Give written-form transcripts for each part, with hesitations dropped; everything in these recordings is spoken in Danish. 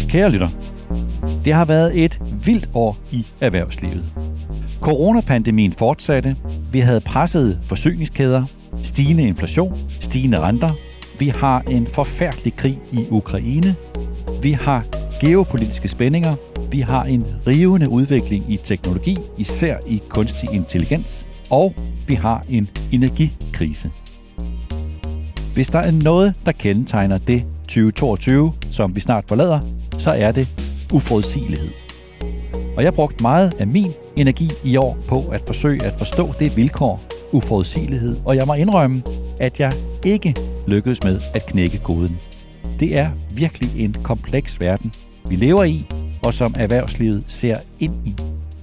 Kære lytter, det har været et vildt år i erhvervslivet. Coronapandemien fortsatte, vi havde pressede forsyningskæder, stigende inflation, stigende renter, vi har en forfærdelig krig i Ukraine, vi har geopolitiske spændinger, vi har en rivende udvikling i teknologi, især i kunstig intelligens, og vi har en energikrise. Hvis der er noget, der kendetegner det 2022, som vi snart forlader, så er det uforudsigelighed. Og jeg brugte meget af min energi i år på at forsøge at forstå det vilkår, uforudsigelighed, og jeg må indrømme, at jeg ikke lykkedes med at knække koden. Det er virkelig en kompleks verden, vi lever i, og som erhvervslivet ser ind i.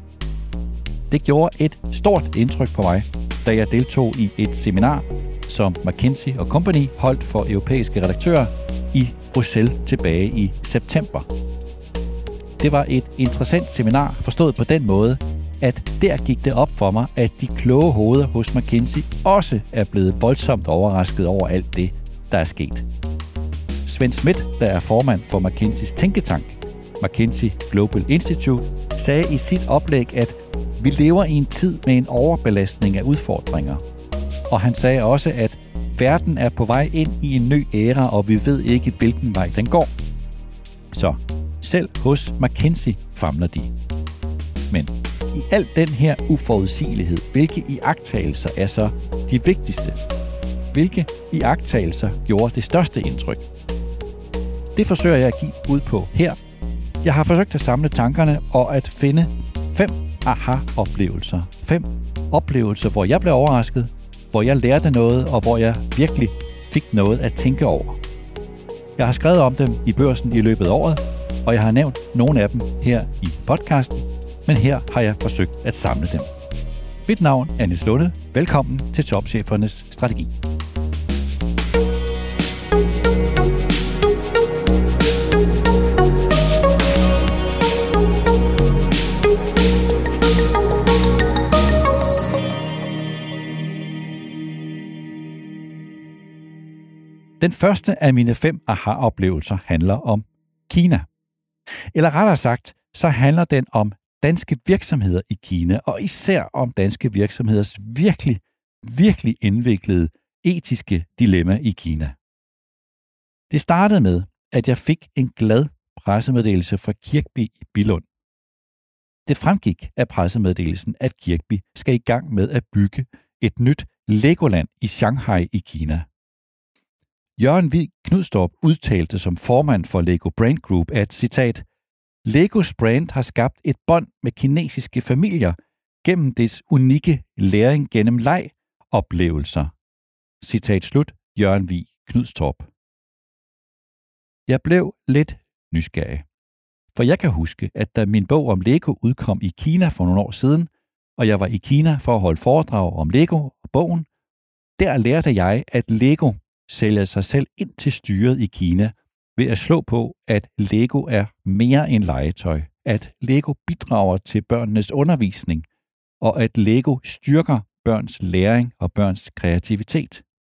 Det gjorde et stort indtryk på mig, da jeg deltog i et seminar, som McKinsey & Company holdt for europæiske redaktører i Bruxelles tilbage i september. Det var et interessant seminar, forstået på den måde, at der gik det op for mig, at de kloge hoveder hos McKinsey også er blevet voldsomt overrasket over alt det, der er sket. Svend Smith, der er formand for McKinseys tænketank, McKinsey Global Institute, sagde i sit oplæg, at vi lever i en tid med en overbelastning af udfordringer. Og han sagde også, at verden er på vej ind i en ny æra, og vi ved ikke, hvilken vej den går. Så selv hos McKinsey famler de. Men i al den her uforudsigelighed, hvilke iagttagelser er så de vigtigste? Hvilke iagttagelser gjorde det største indtryk? Det forsøger jeg at give ud på her. Jeg har forsøgt at samle tankerne og at finde 5 aha-oplevelser. 5 oplevelser, hvor jeg blev overrasket, hvor jeg lærte noget, og hvor jeg virkelig fik noget at tænke over. Jeg har skrevet om dem i Børsen i løbet af året, og jeg har nævnt nogle af dem her i podcasten, men her har jeg forsøgt at samle dem. Mit navn er Niels Lunde. Velkommen til Topchefernes Strategi. Den første af mine 5 aha-oplevelser handler om Kina. Eller rettere sagt, så handler den om danske virksomheder i Kina, og især om danske virksomheders virkelig indviklede etiske dilemma i Kina. Det startede med, at jeg fik en glad pressemeddelelse fra Kirkbi i Billund. Det fremgik af pressemeddelelsen, at Kirkbi skal i gang med at bygge et nyt Legoland i Shanghai i Kina. Jørgen Vig Knudstorp udtalte som formand for Lego Brand Group, at, citat, Legos brand har skabt et bånd med kinesiske familier gennem dets unikke læring gennem leg-oplevelser. Citat slut, Jørgen Vig Knudstorp. Jeg blev lidt nysgerrig, for jeg kan huske, at da min bog om Lego udkom i Kina for nogle år siden, og jeg var i Kina for at holde foredrag om Lego og bogen, der lærte jeg, at Lego sælger sig selv ind til styret i Kina ved at slå på, at Lego er mere end legetøj, at Lego bidrager til børnenes undervisning, og at Lego styrker børns læring og børns kreativitet.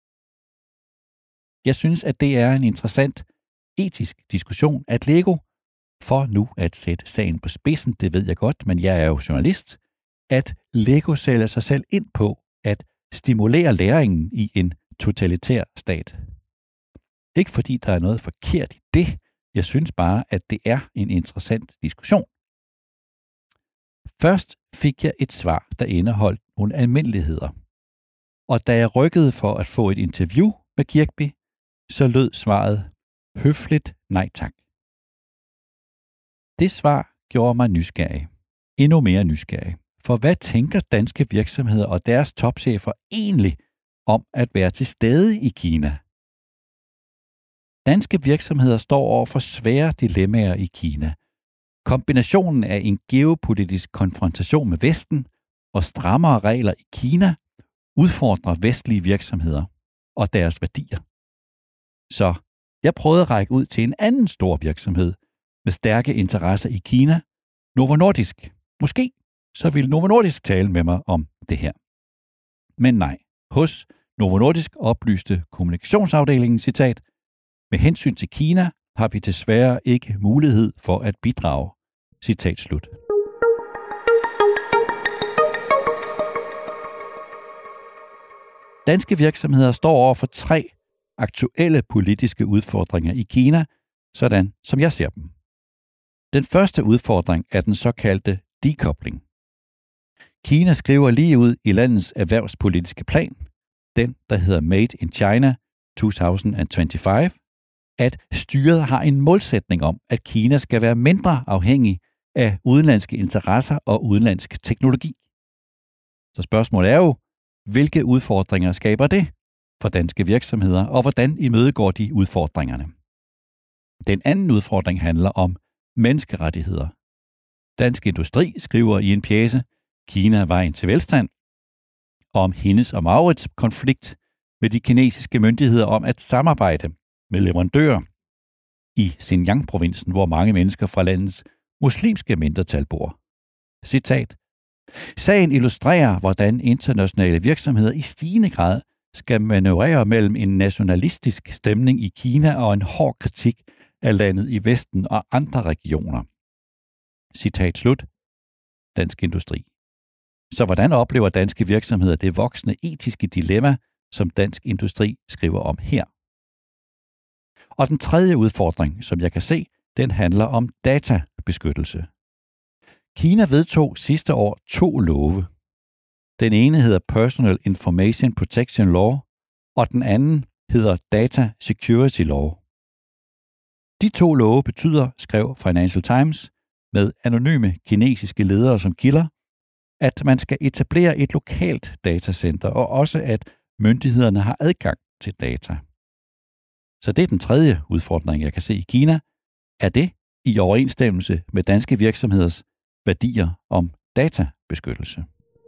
Jeg synes, at det er en interessant etisk diskussion, at Lego, for nu at sætte sagen på spidsen, det ved jeg godt, men jeg er jo journalist, at Lego sælger sig selv ind på at stimulere læringen i en totalitær stat. Ikke fordi der er noget forkert i det, jeg synes bare, at det er en interessant diskussion. Først fik jeg et svar, der indeholdt nogle almindeligheder. Og da jeg rykkede for at få et interview med Kirkbi, så lød svaret høfligt nej tak. Det svar gjorde mig nysgerrig. Endnu mere nysgerrig. For hvad tænker danske virksomheder og deres topchefer egentlig om at være til stede i Kina? Danske virksomheder står over for svære dilemmaer i Kina. Kombinationen af en geopolitisk konfrontation med Vesten og strammere regler i Kina udfordrer vestlige virksomheder og deres værdier. Så jeg prøvede at række ud til en anden stor virksomhed med stærke interesser i Kina, Novo Nordisk. Måske så ville Novo Nordisk tale med mig om det her. Men nej, hos Novo Nordisk oplyste kommunikationsafdelingen, citat, med hensyn til Kina har vi desværre ikke mulighed for at bidrage. Citat slut. Danske virksomheder står over for 3 aktuelle politiske udfordringer i Kina, sådan som jeg ser dem. Den første udfordring er den såkaldte dekobling. Kina skriver lige ud i landets erhvervspolitiske plan, den der hedder Made in China 2025, at styret har en målsætning om, at Kina skal være mindre afhængig af udenlandske interesser og udenlandsk teknologi. Så spørgsmålet er jo, hvilke udfordringer skaber det for danske virksomheder, og hvordan imødegår de udfordringerne? Den anden udfordring handler om menneskerettigheder. Dansk Industri skriver i en pjece, Kina vejen til velstand, om Hennes og Maurits konflikt med de kinesiske myndigheder om at samarbejde med leverandører i Xinjiang-provinsen, hvor mange mennesker fra landets muslimske mindretal bor. Citat. Sagen illustrerer, hvordan internationale virksomheder i stigende grad skal manøvrere mellem en nationalistisk stemning i Kina og en hård kritik af landet i Vesten og andre regioner. Citat slut. Dansk Industri. Så hvordan oplever danske virksomheder det voksende etiske dilemma, som Dansk Industri skriver om her? Og den tredje udfordring, som jeg kan se, den handler om databeskyttelse. Kina vedtog sidste år 2 love. Den ene hedder Personal Information Protection Law, og den anden hedder Data Security Law. De 2 love betyder, skrev Financial Times, med anonyme kinesiske ledere som kilder, at man skal etablere et lokalt datacenter, og også at myndighederne har adgang til data. Så det er den tredje udfordring, jeg kan se i Kina. Er det i overensstemmelse med danske virksomheders værdier om databeskyttelse?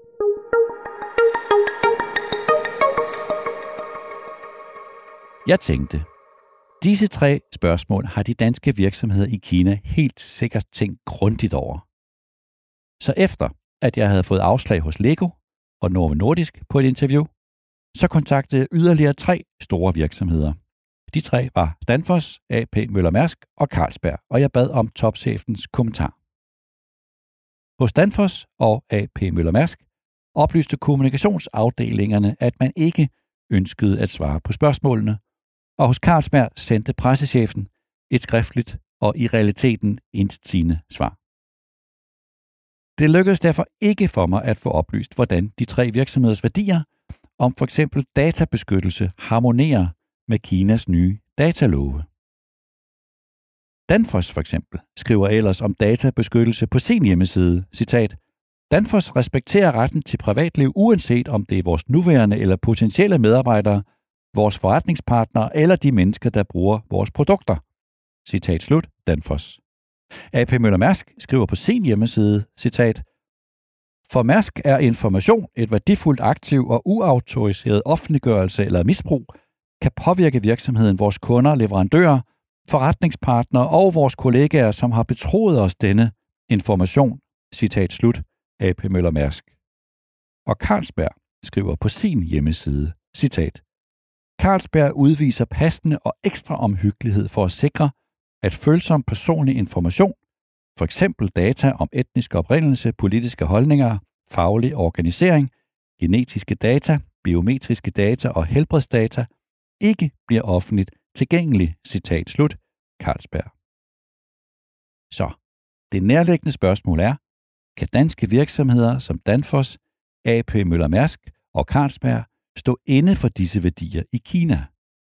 Jeg tænkte, disse 3 spørgsmål har de danske virksomheder i Kina helt sikkert tænkt grundigt over. Så efter at jeg havde fået afslag hos Lego og Novo Nordisk på et interview, så kontaktede jeg yderligere 3 store virksomheder. De 3 var Danfoss, AP Møller Mærsk og Carlsberg, og jeg bad om topchefens kommentar. Hos Danfoss og AP Møller Mærsk oplyste kommunikationsafdelingerne, at man ikke ønskede at svare på spørgsmålene, og hos Carlsberg sendte pressechefen et skriftligt og i realiteten intetsigende svar. Det lykkedes derfor ikke for mig at få oplyst, hvordan de 3 virksomheders værdier om for eksempel databeskyttelse harmonerer med Kinas nye datalove. Danfoss for eksempel skriver ellers om databeskyttelse på sin hjemmeside, citat, Danfoss respekterer retten til privatliv uanset om det er vores nuværende eller potentielle medarbejdere, vores forretningspartnere eller de mennesker, der bruger vores produkter. Citat slut, Danfoss. AP Møller Mærsk skriver på sin hjemmeside, citat, for Mærsk er information et værdifuldt aktiv og uautoriseret offentliggørelse eller misbrug kan påvirke virksomheden, vores kunder, leverandører, forretningspartnere og vores kollegaer, som har betroet os denne information. Citat slut, AP Møller Mærsk. Og Carlsberg skriver på sin hjemmeside, citat, Carlsberg udviser passende og ekstra omhyggelighed for at sikre, at følsom personlig information, for eksempel data om etnisk oprindelse, politiske holdninger, faglig organisering, genetiske data, biometriske data og helbredsdata, ikke bliver offentligt tilgængelig, citat slut, Carlsberg. Så, det nærliggende spørgsmål er, kan danske virksomheder som Danfoss, AP Møller Mærsk og Carlsberg stå inde for disse værdier i Kina?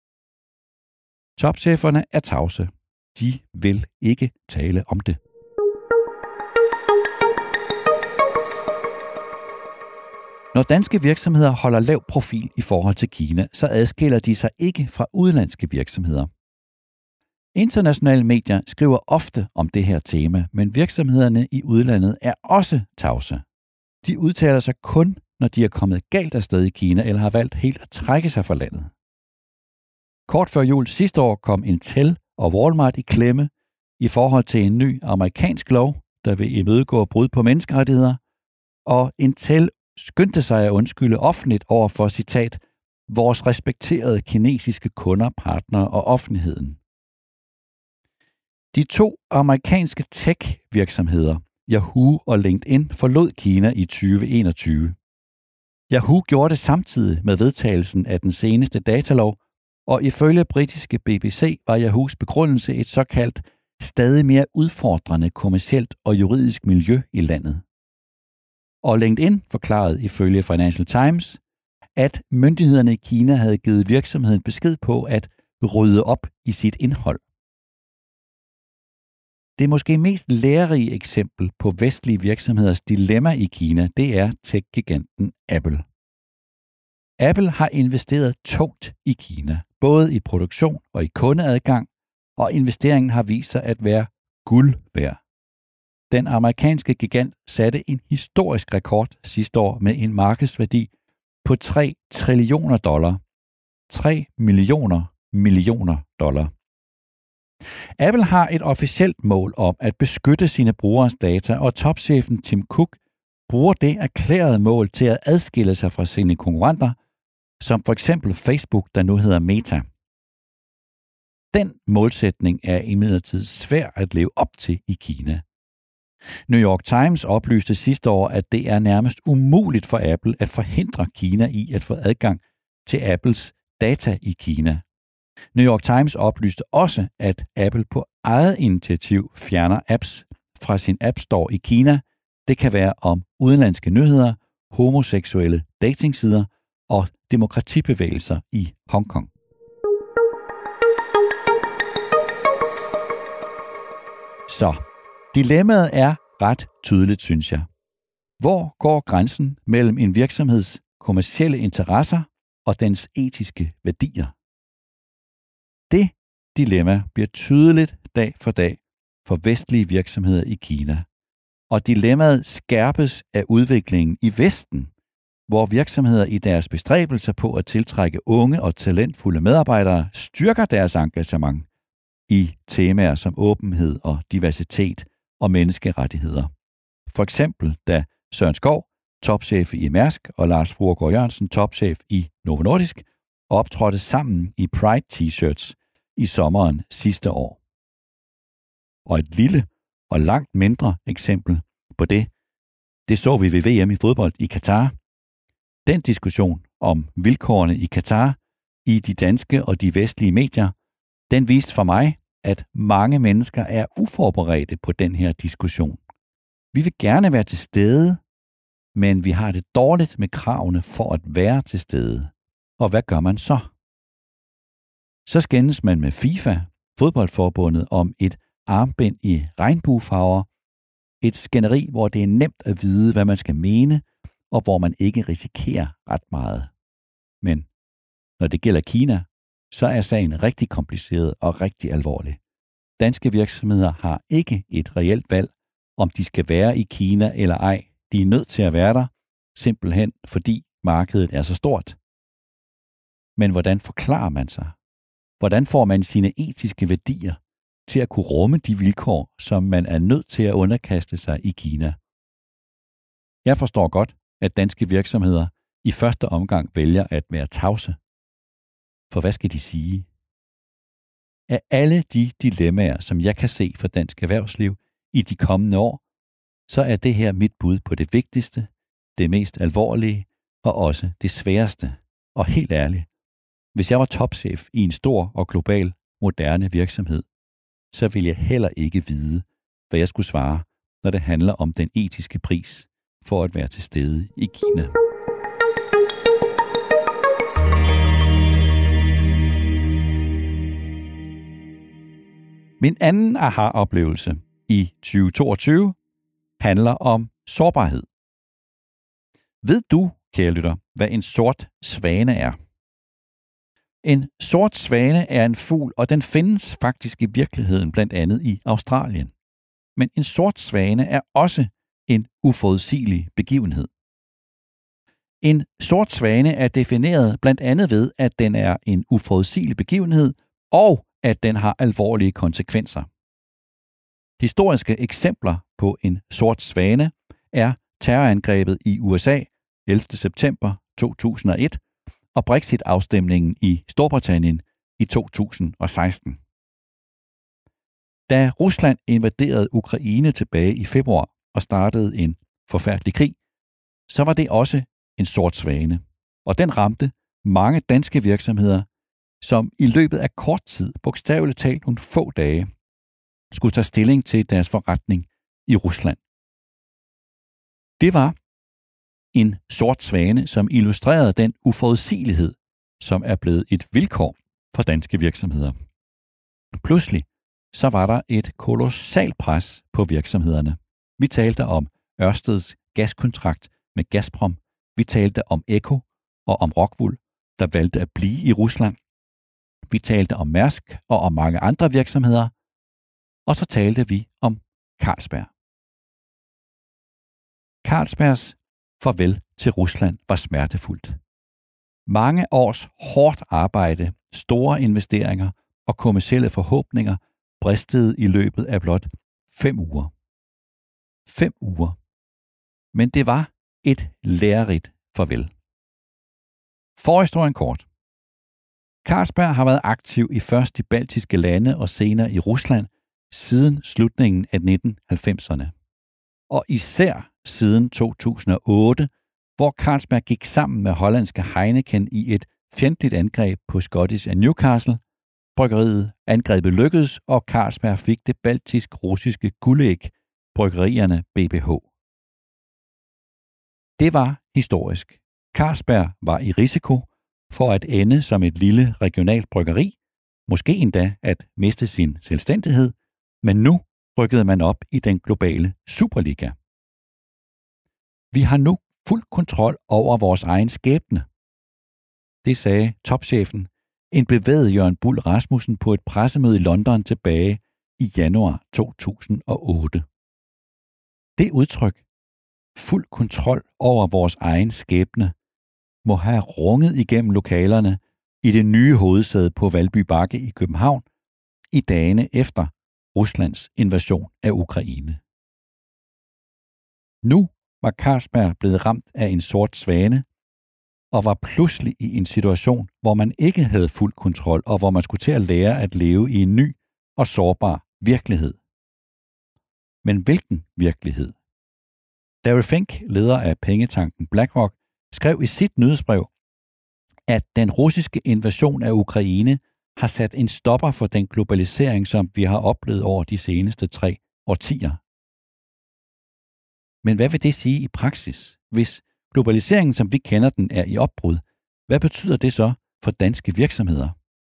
Topcheferne er tavse. De vil ikke tale om det. Når danske virksomheder holder lav profil i forhold til Kina, så adskiller de sig ikke fra udenlandske virksomheder. Internationale medier skriver ofte om det her tema, men virksomhederne i udlandet er også tavse. De udtaler sig kun, når de er kommet galt afsted i Kina eller har valgt helt at trække sig fra landet. Kort før jul sidste år kom Intel og Walmart i klemme i forhold til en ny amerikansk lov, der vil imødegå brud på menneskerettigheder, og Intel skyndte sig at undskylde offentligt over for, citat, vores respekterede kinesiske kunder, partnere og offentligheden. De 2 amerikanske tech-virksomheder, Yahoo og LinkedIn, forlod Kina i 2021. Yahoo gjorde det samtidig med vedtagelsen af den seneste datalov, og ifølge britiske BBC var Yahoos begrundelse et såkaldt stadig mere udfordrende kommercielt og juridisk miljø i landet. Og LinkedIn forklarede ifølge Financial Times, at myndighederne i Kina havde givet virksomheden besked på at rydde op i sit indhold. Det måske mest lærerige eksempel på vestlige virksomheders dilemma i Kina, det er tech-giganten Apple. Apple har investeret tungt i Kina, både i produktion og i kundeadgang, og investeringen har vist sig at være guld værd. Den amerikanske gigant satte en historisk rekord sidste år med en markedsværdi på $3 trillioner. $3 millioner dollar. Apple har et officielt mål om at beskytte sine brugeres data, og topchefen Tim Cook bruger det erklærede mål til at adskille sig fra sine konkurrenter, som for eksempel Facebook, der nu hedder Meta. Den målsætning er imidlertid svær at leve op til i Kina. New York Times oplyste sidste år, at det er nærmest umuligt for Apple at forhindre Kina i at få adgang til Apples data i Kina. New York Times oplyste også, at Apple på eget initiativ fjerner apps fra sin App Store i Kina. Det kan være om udenlandske nyheder, homoseksuelle datingsider og demokratibevægelser i Hongkong. Så dilemmaet er ret tydeligt, synes jeg. Hvor går grænsen mellem en virksomheds kommercielle interesser og dens etiske værdier? Det dilemma bliver tydeligt dag for dag for vestlige virksomheder i Kina. Og dilemmaet skærpes af udviklingen i Vesten, hvor virksomheder i deres bestræbelser på at tiltrække unge og talentfulde medarbejdere styrker deres engagement i temaer som åbenhed og diversitet og menneskerettigheder. For eksempel da Søren Skov, topchef i Mærsk, og Lars Fruergaard Jørgensen, topchef i Novo Nordisk, optrådte sammen i Pride T-shirts i sommeren sidste år. Og et lille og langt mindre eksempel på det så vi ved VM i fodbold i Katar. Den diskussion om vilkårene i Katar i de danske og de vestlige medier, den viste for mig, at mange mennesker er uforberedte på den her diskussion. Vi vil gerne være til stede, men vi har det dårligt med kravene for at være til stede. Og hvad gør man så? Så skændes man med FIFA, fodboldforbundet, om et armbind i regnbuefarver. Et skænderi, hvor det er nemt at vide, hvad man skal mene, og hvor man ikke risikerer ret meget. Men når det gælder Kina, så er sagen rigtig kompliceret og rigtig alvorlig. Danske virksomheder har ikke et reelt valg, om de skal være i Kina eller ej. De er nødt til at være der, simpelthen fordi markedet er så stort. Men hvordan forklarer man sig? Hvordan får man sine etiske værdier til at kunne rumme de vilkår, som man er nødt til at underkaste sig i Kina? Jeg forstår godt, at danske virksomheder i første omgang vælger at være tavse. For hvad skal de sige? Af alle de dilemmaer, som jeg kan se for dansk erhvervsliv i de kommende år, så er det her mit bud på det vigtigste, det mest alvorlige og også det sværeste. Og helt ærligt, hvis jeg var topchef i en stor og global moderne virksomhed, så ville jeg heller ikke vide, hvad jeg skulle svare, når det handler om den etiske pris for at være til stede i Kina. Min anden aha-oplevelse i 2022 handler om sårbarhed. Ved du, kære lytter, hvad en sort svane er? En sort svane er en fugl, og den findes faktisk i virkeligheden blandt andet i Australien. Men en sort svane er også en uforudsigelig begivenhed. En sort svane er defineret blandt andet ved, at den er en uforudsigelig begivenhed, og at den har alvorlige konsekvenser. Historiske eksempler på en sort svane er terrorangrebet i USA 11. september 2001 og Brexit-afstemningen i Storbritannien i 2016. Da Rusland invaderede Ukraine tilbage i februar og startede en forfærdelig krig, så var det også en sort svane, og den ramte mange danske virksomheder, som i løbet af kort tid, bogstaveligt talt nogle få dage, skulle tage stilling til deres forretning i Rusland. Det var en sort svane, som illustrerede den uforudsigelighed, som er blevet et vilkår for danske virksomheder. Pludselig så var der et kolossalt pres på virksomhederne. Vi talte om Ørsteds gaskontrakt med Gazprom. Vi talte om Eko og om Rockwool, der valgte at blive i Rusland. Vi talte om Mærsk og om mange andre virksomheder. Og så talte vi om Carlsberg. Carlsbergs farvel til Rusland var smertefuldt. Mange års hårdt arbejde, store investeringer og kommercielle forhåbninger bristede i løbet af blot 5 uger. 5 uger. Men det var et lærerigt farvel. Forhistorien kort. Carlsberg har været aktiv i først de baltiske lande og senere i Rusland siden slutningen af 1990'erne. Og især siden 2008, hvor Carlsberg gik sammen med hollandske Heineken i et fjendtligt angreb på Scottish & Newcastle. Bryggeriet angrebet lykkedes, og Carlsberg fik det baltisk-russiske guldæg, bryggerierne BBH. Det var historisk. Carlsberg var i risiko for at ende som et lille regionalt bryggeri, måske endda at miste sin selvstændighed, men nu rykkede man op i den globale Superliga. Vi har nu fuld kontrol over vores egen skæbne. Det sagde topchefen, en bevæget Jørgen Bull Rasmussen på et pressemøde i London tilbage i januar 2008. Det udtryk, fuld kontrol over vores egen skæbne, må have runget igennem lokalerne i det nye hovedsæde på Valby Bakke i København i dagene efter Ruslands invasion af Ukraine. Nu var Carlsberg blevet ramt af en sort svane og var pludselig i en situation, hvor man ikke havde fuld kontrol og hvor man skulle til at lære at leve i en ny og sårbar virkelighed. Men hvilken virkelighed? Larry Fink, leder af pengetanken BlackRock, skrev i sit nyhedsbrev, at den russiske invasion af Ukraine har sat en stopper for den globalisering, som vi har oplevet over de seneste 3 årtier. Men hvad vil det sige i praksis? Hvis globaliseringen, som vi kender den, er i opbrud, hvad betyder det så for danske virksomheder?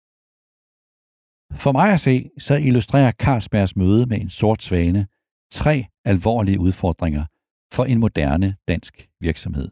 For mig at se, så illustrerer Carlsbergs møde med en sort svane 3 alvorlige udfordringer for en moderne dansk virksomhed.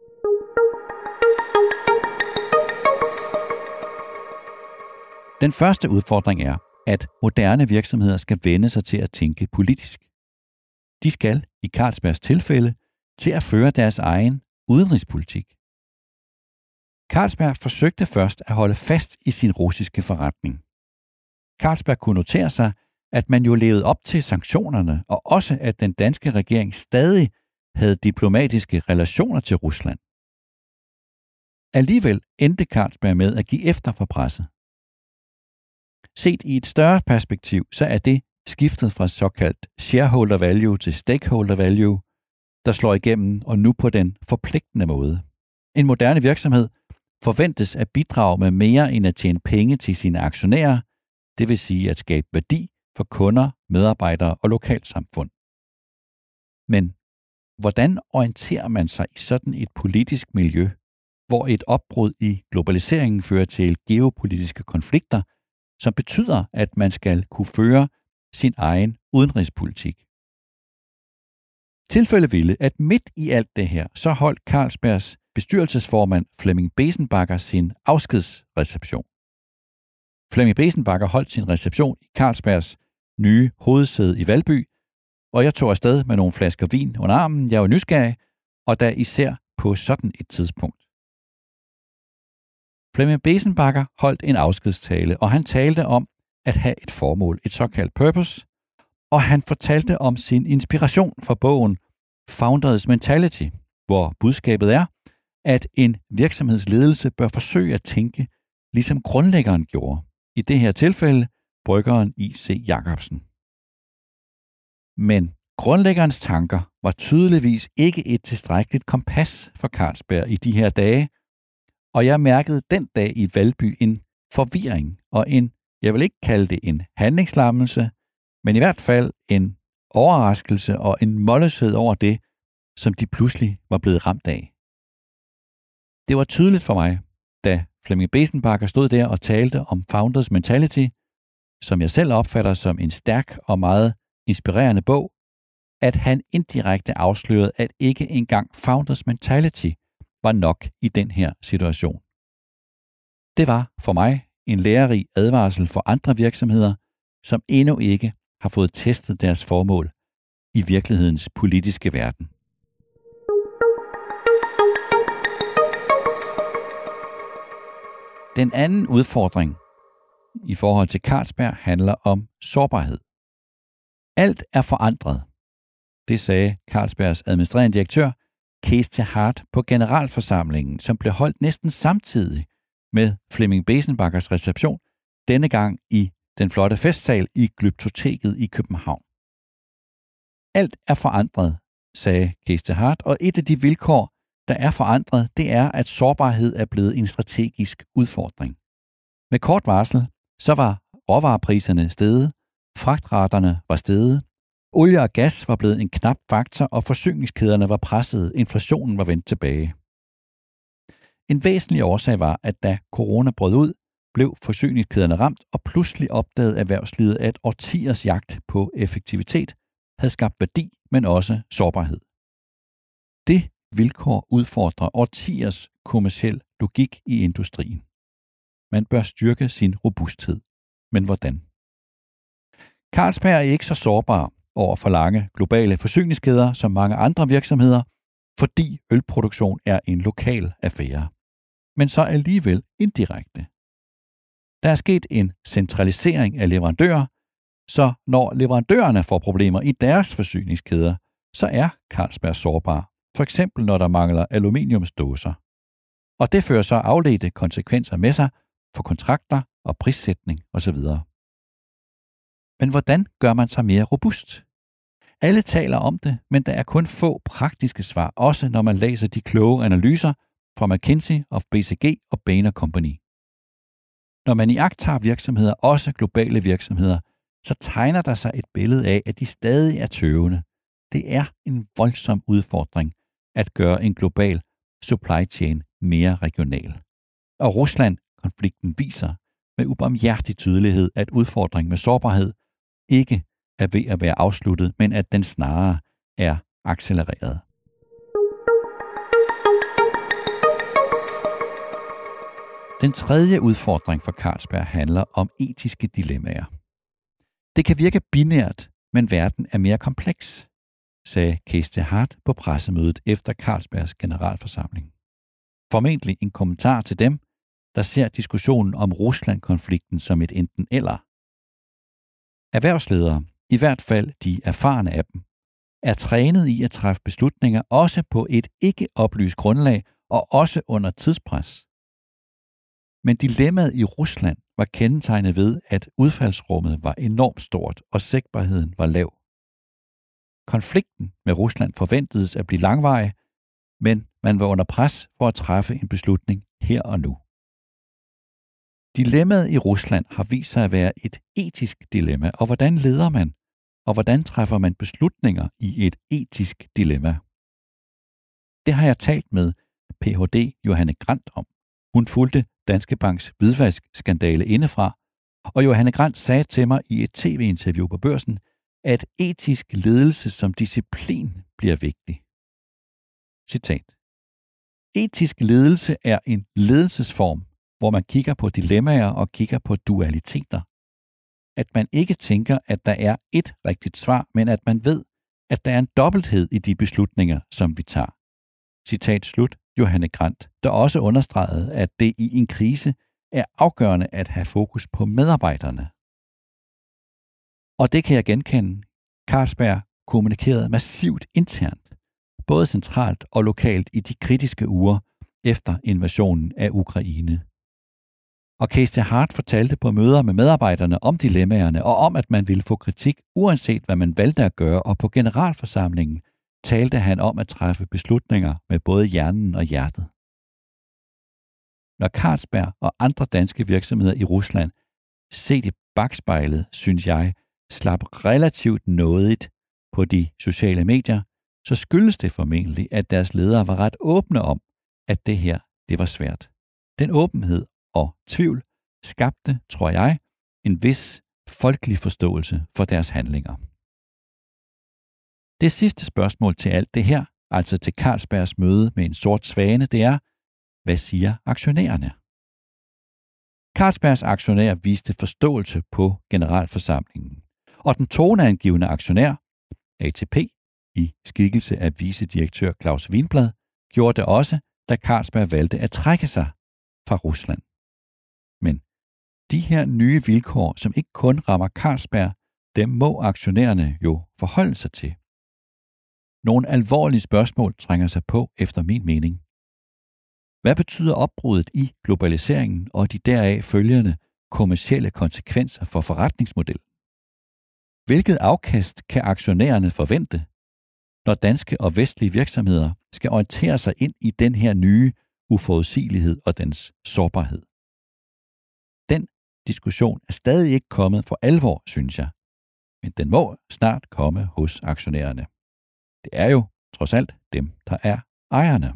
Den første udfordring er, at moderne virksomheder skal vende sig til at tænke politisk. De skal, i Carlsbergs tilfælde, til at føre deres egen udenrigspolitik. Carlsberg forsøgte først at holde fast i sin russiske forretning. Carlsberg kunne notere sig, at man jo levede op til sanktionerne, og også at den danske regering stadig havde diplomatiske relationer til Rusland. Alligevel endte Carlsberg med at give efter for presset. Set i et større perspektiv, så er det skiftet fra såkaldt shareholder value til stakeholder value, der slår igennem og nu på den forpligtende måde. En moderne virksomhed forventes at bidrage med mere end at tjene penge til sine aktionærer, det vil sige at skabe værdi for kunder, medarbejdere og lokalsamfund. Men hvordan orienterer man sig i sådan et politisk miljø, hvor et opbrud i globaliseringen fører til geopolitiske konflikter, som betyder, at man skal kunne føre sin egen udenrigspolitik? Tilfældet ville, at midt i alt det her, så holdt Carlsbergs bestyrelsesformand Flemming Besenbacher sin afskedsreception. Flemming Besenbacher holdt sin reception i Carlsbergs nye hovedsæde i Valby, og jeg tog afsted med nogle flasker vin under armen. Jeg var nysgerrig, og da især på sådan et tidspunkt. Flemming Besenbacher holdt en afskedstale, og han talte om at have et formål, et såkaldt purpose, og han fortalte om sin inspiration fra bogen Founders Mentality, hvor budskabet er, at en virksomhedsledelse bør forsøge at tænke, ligesom grundlæggeren gjorde. I det her tilfælde, bryggeren I.C. Jacobsen. Men grundlæggerens tanker var tydeligvis ikke et tilstrækkeligt kompas for Carlsberg i de her dage, og jeg mærkede den dag i Valby en forvirring og jeg vil ikke kalde det en handlingslammelse, men i hvert fald en overraskelse og en målløshed over det, som de pludselig var blevet ramt af. Det var tydeligt for mig, da Flemming Besenbacher stod der og talte om Founders Mentality, som jeg selv opfatter som en stærk og meget inspirerende bog, at han indirekte afslørede, at ikke engang Founders Mentality var nok i den her situation. Det var for mig en lærerig advarsel for andre virksomheder, som endnu ikke har fået testet deres formål i virkelighedens politiske verden. Den anden udfordring i forhold til Carlsberg handler om sårbarhed. Alt er forandret. Det sagde Carlsbergs administrerende direktør, Cees 't Hart, på generalforsamlingen, som blev holdt næsten samtidig med Flemming Besenbachers reception, denne gang i den flotte festsal i Glyptoteket i København. Alt er forandret, sagde Cees 't Hart, og et af de vilkår, der er forandret, det er, at sårbarhed er blevet en strategisk udfordring. Med kort varsel, så var råvarepriserne steget, fragtraterne var steget, olie og gas var blevet en knap faktor, og forsyningskæderne var presset, inflationen var vendt tilbage. En væsentlig årsag var, at da corona brød ud, blev forsyningskæderne ramt, og pludselig opdagede erhvervslivet, at årtiers jagt på effektivitet havde skabt værdi, men også sårbarhed. Det vilkår udfordrer årtiers kommerciel logik i industrien. Man bør styrke sin robusthed. Men hvordan? Carlsberg er ikke så sårbar over for lange globale forsyningskæder som mange andre virksomheder, fordi ølproduktion er en lokal affære. Men så alligevel indirekte. Der er sket en centralisering af leverandører, så når leverandørerne får problemer i deres forsyningskæder, så er Carlsberg sårbar. For eksempel når der mangler aluminiumsdåser. Og det fører så afledte konsekvenser med sig for kontrakter og prissætning osv. Men hvordan gør man sig mere robust? Alle taler om det, men der er kun få praktiske svar, også når man læser de kloge analyser fra McKinsey og BCG og Bain & Company. Når man iagttager virksomheder, også globale virksomheder, så tegner der sig et billede af, at de stadig er tøvende. Det er en voldsom udfordring at gøre en global supply chain mere regional. Og Rusland-konflikten viser med ubarmhjertig tydelighed, at udfordringen med sårbarhed ikke er ved at være afsluttet, men at den snarere er accelereret. Den tredje udfordring for Carlsberg handler om etiske dilemmaer. Det kan virke binært, men verden er mere kompleks, sagde Cees 't Hart på pressemødet efter Carlsbergs generalforsamling. Formentlig en kommentar til dem, der ser diskussionen om Rusland-konflikten som et enten eller. Erhvervsledere, i hvert fald de erfarne af dem, er trænet i at træffe beslutninger også på et ikke oplyst grundlag og også under tidspres. Men dilemmaet i Rusland var kendetegnet ved, at udfaldsrummet var enormt stort og sigtbarheden var lav. Konflikten med Rusland forventedes at blive langvarig, men man var under pres for at træffe en beslutning her og nu. Dilemmaet i Rusland har vist sig at være et etisk dilemma, og hvordan leder man, og hvordan træffer man beslutninger i et etisk dilemma? Det har jeg talt med Ph.D. Johanne Grant om. Hun fulgte Danske Banks hvidvaskskandale indefra, og Johanne Grant sagde til mig i et tv-interview på Børsen, at etisk ledelse som disciplin bliver vigtig. Citat. Etisk ledelse er en ledelsesform, hvor man kigger på dilemmaer og kigger på dualiteter. At man ikke tænker, at der er et rigtigt svar, men at man ved, at der er en dobbelthed i de beslutninger, som vi tager. Citat slut, Johanne Grant, der også understregede, at det i en krise er afgørende at have fokus på medarbejderne. Og det kan jeg genkende. Carlsberg kommunikerede massivt internt, både centralt og lokalt i de kritiske uger efter invasionen af Ukraine. Og Kees Hart fortalte på møder med medarbejderne om dilemmaerne og om, at man ville få kritik, uanset hvad man valgte at gøre, og på generalforsamlingen talte han om at træffe beslutninger med både hjernen og hjertet. Når Carlsberg og andre danske virksomheder i Rusland set i bakspejlet, synes jeg, slap relativt nådigt på de sociale medier, så skyldes det formentlig, at deres ledere var ret åbne om, at det her, det var svært. Den åbenhed og tvivl skabte, tror jeg, en vis folkelig forståelse for deres handlinger. Det sidste spørgsmål til alt det her, altså til Carlsbergs møde med en sort svane, det er, hvad siger aktionærerne? Carlsbergs aktionærer viste forståelse på generalforsamlingen, og den toneangivende aktionær, ATP, i skikkelse af vicedirektør Claus Wienblad, gjorde det også, da Carlsberg valgte at trække sig fra Rusland. Men de her nye vilkår, som ikke kun rammer Carlsberg, dem må aktionærerne jo forholde sig til. Nogle alvorlige spørgsmål trænger sig på, efter min mening. Hvad betyder opbruddet i globaliseringen og de deraf følgende kommercielle konsekvenser for forretningsmodellen? Hvilket afkast kan aktionærerne forvente, når danske og vestlige virksomheder skal orientere sig ind i den her nye uforudsigelighed og dens sårbarhed? Den diskussion er stadig ikke kommet for alvor, synes jeg, men den må snart komme hos aktionærerne. Det er jo trods alt dem, der er ejerne.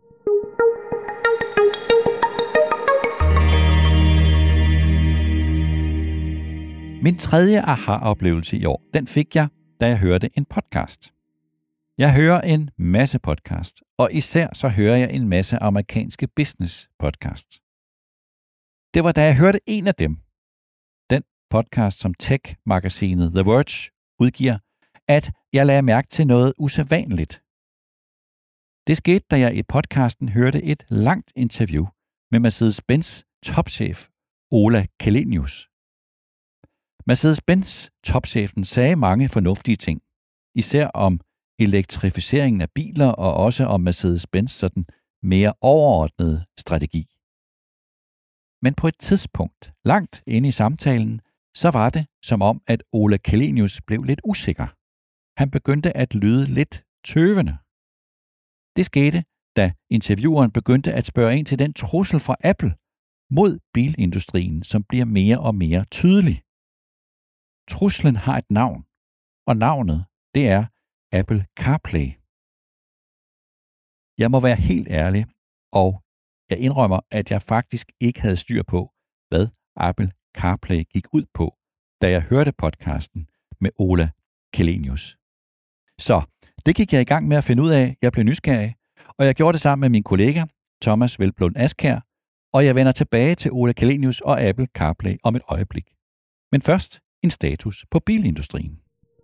Min tredje aha-oplevelse i år, den fik jeg, da jeg hørte en podcast. Jeg hører en masse podcast, og især så hører jeg en masse amerikanske business podcasts. Det var da jeg hørte en af dem, den podcast som tech-magasinet The Verge udgiver, at jeg lagde mærke til noget usædvanligt. Det skete, da jeg i podcasten hørte et langt interview med Mercedes-Benz topchef Ola Källenius. Mercedes-Benz topchefen sagde mange fornuftige ting, især om elektrificeringen af biler og også om Mercedes-Benz sådan mere overordnede strategi. Men på et tidspunkt, langt inde i samtalen, så var det som om, at Ola Källenius blev lidt usikker. Han begyndte at lyde lidt tøvende. Det skete, da intervieweren begyndte at spørge ind til den trussel fra Apple mod bilindustrien, som bliver mere og mere tydelig. Truslen har et navn, og navnet, det er Apple CarPlay. Jeg må være helt ærlig, og jeg indrømmer, at jeg faktisk ikke havde styr på, hvad Apple CarPlay gik ud på, da jeg hørte podcasten med Ola Källenius. Så det gik jeg i gang med at finde ud af. Jeg blev nysgerrig, og jeg gjorde det sammen med min kollega, Thomas Velblom Askjær, og jeg vender tilbage til Ola Källenius og Apple CarPlay om et øjeblik. Men først en status på bilindustrien.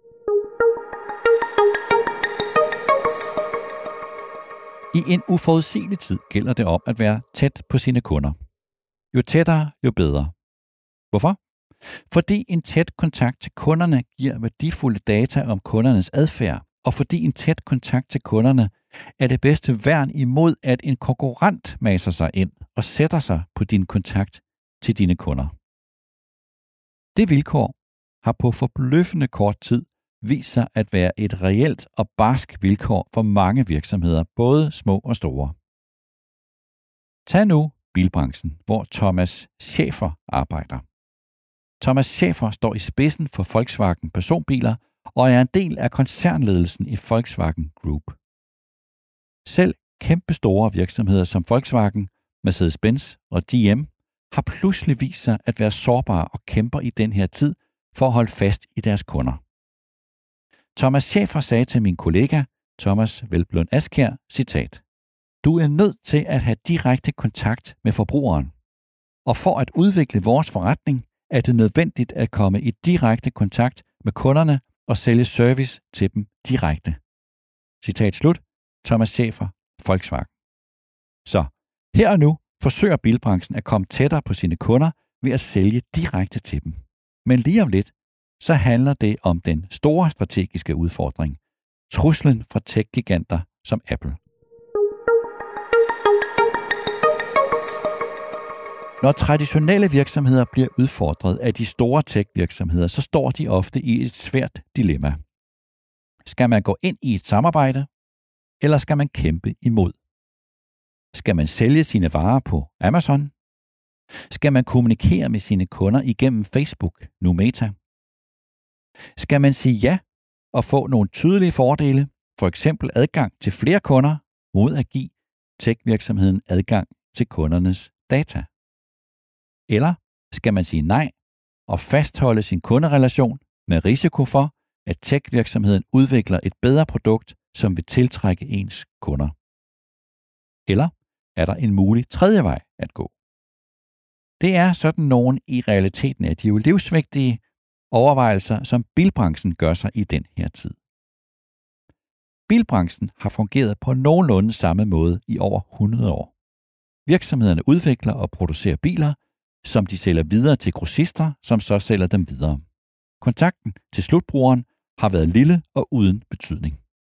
I en uforudsigelig tid gælder det om at være tæt på sine kunder. Jo tættere, jo bedre. Hvorfor? Fordi en tæt kontakt til kunderne giver værdifulde data om kundernes adfærd, og fordi en tæt kontakt til kunderne er det bedste værn imod, at en konkurrent maser sig ind og sætter sig på din kontakt til dine kunder. Det vilkår har på forbløffende kort tid vist sig at være et reelt og barsk vilkår for mange virksomheder, både små og store. Tag nu bilbranchen, hvor Thomas Schäfer arbejder. Thomas Schäfer står i spidsen for Volkswagen personbiler og er en del af koncernledelsen i Volkswagen Group. Selv kæmpestore virksomheder som Volkswagen, Mercedes-Benz og GM har pludselig vist sig at være sårbare og kæmper i den her tid for at holde fast i deres kunder. Thomas Schäfer sagde til min kollega, Thomas Velblom Askjær, citat: "Du er nødt til at have direkte kontakt med forbrugeren. Og for at udvikle vores forretning, er det nødvendigt at komme i direkte kontakt med kunderne og sælge service til dem direkte." Citat slut. Thomas Schäfer, Volkswagen. Så her og nu forsøger bilbranchen at komme tættere på sine kunder ved at sælge direkte til dem. Men lige om lidt, så handler det om den store strategiske udfordring, truslen fra tech-giganter som Apple. Når traditionelle virksomheder bliver udfordret af de store tech-virksomheder, så står de ofte i et svært dilemma. Skal man gå ind i et samarbejde, eller skal man kæmpe imod? Skal man sælge sine varer på Amazon? Skal man kommunikere med sine kunder igennem Facebook, nu Meta? Skal man sige ja og få nogle tydelige fordele, for eksempel adgang til flere kunder, mod at give tech-virksomheden adgang til kundernes data? Eller skal man sige nej og fastholde sin kunderelation med risiko for, at tech-virksomheden udvikler et bedre produkt, som vil tiltrække ens kunder? Eller er der en mulig tredje vej at gå? Det er sådan nogle i realiteten af de jo livsvigtige overvejelser, som bilbranchen gør sig i den her tid. Bilbranchen har fungeret på nogenlunde samme måde i over 100 år. Virksomhederne udvikler og producerer biler, som de sælger videre til grossister, som så sælger dem videre. Kontakten til slutbrugeren har været lille og uden betydning.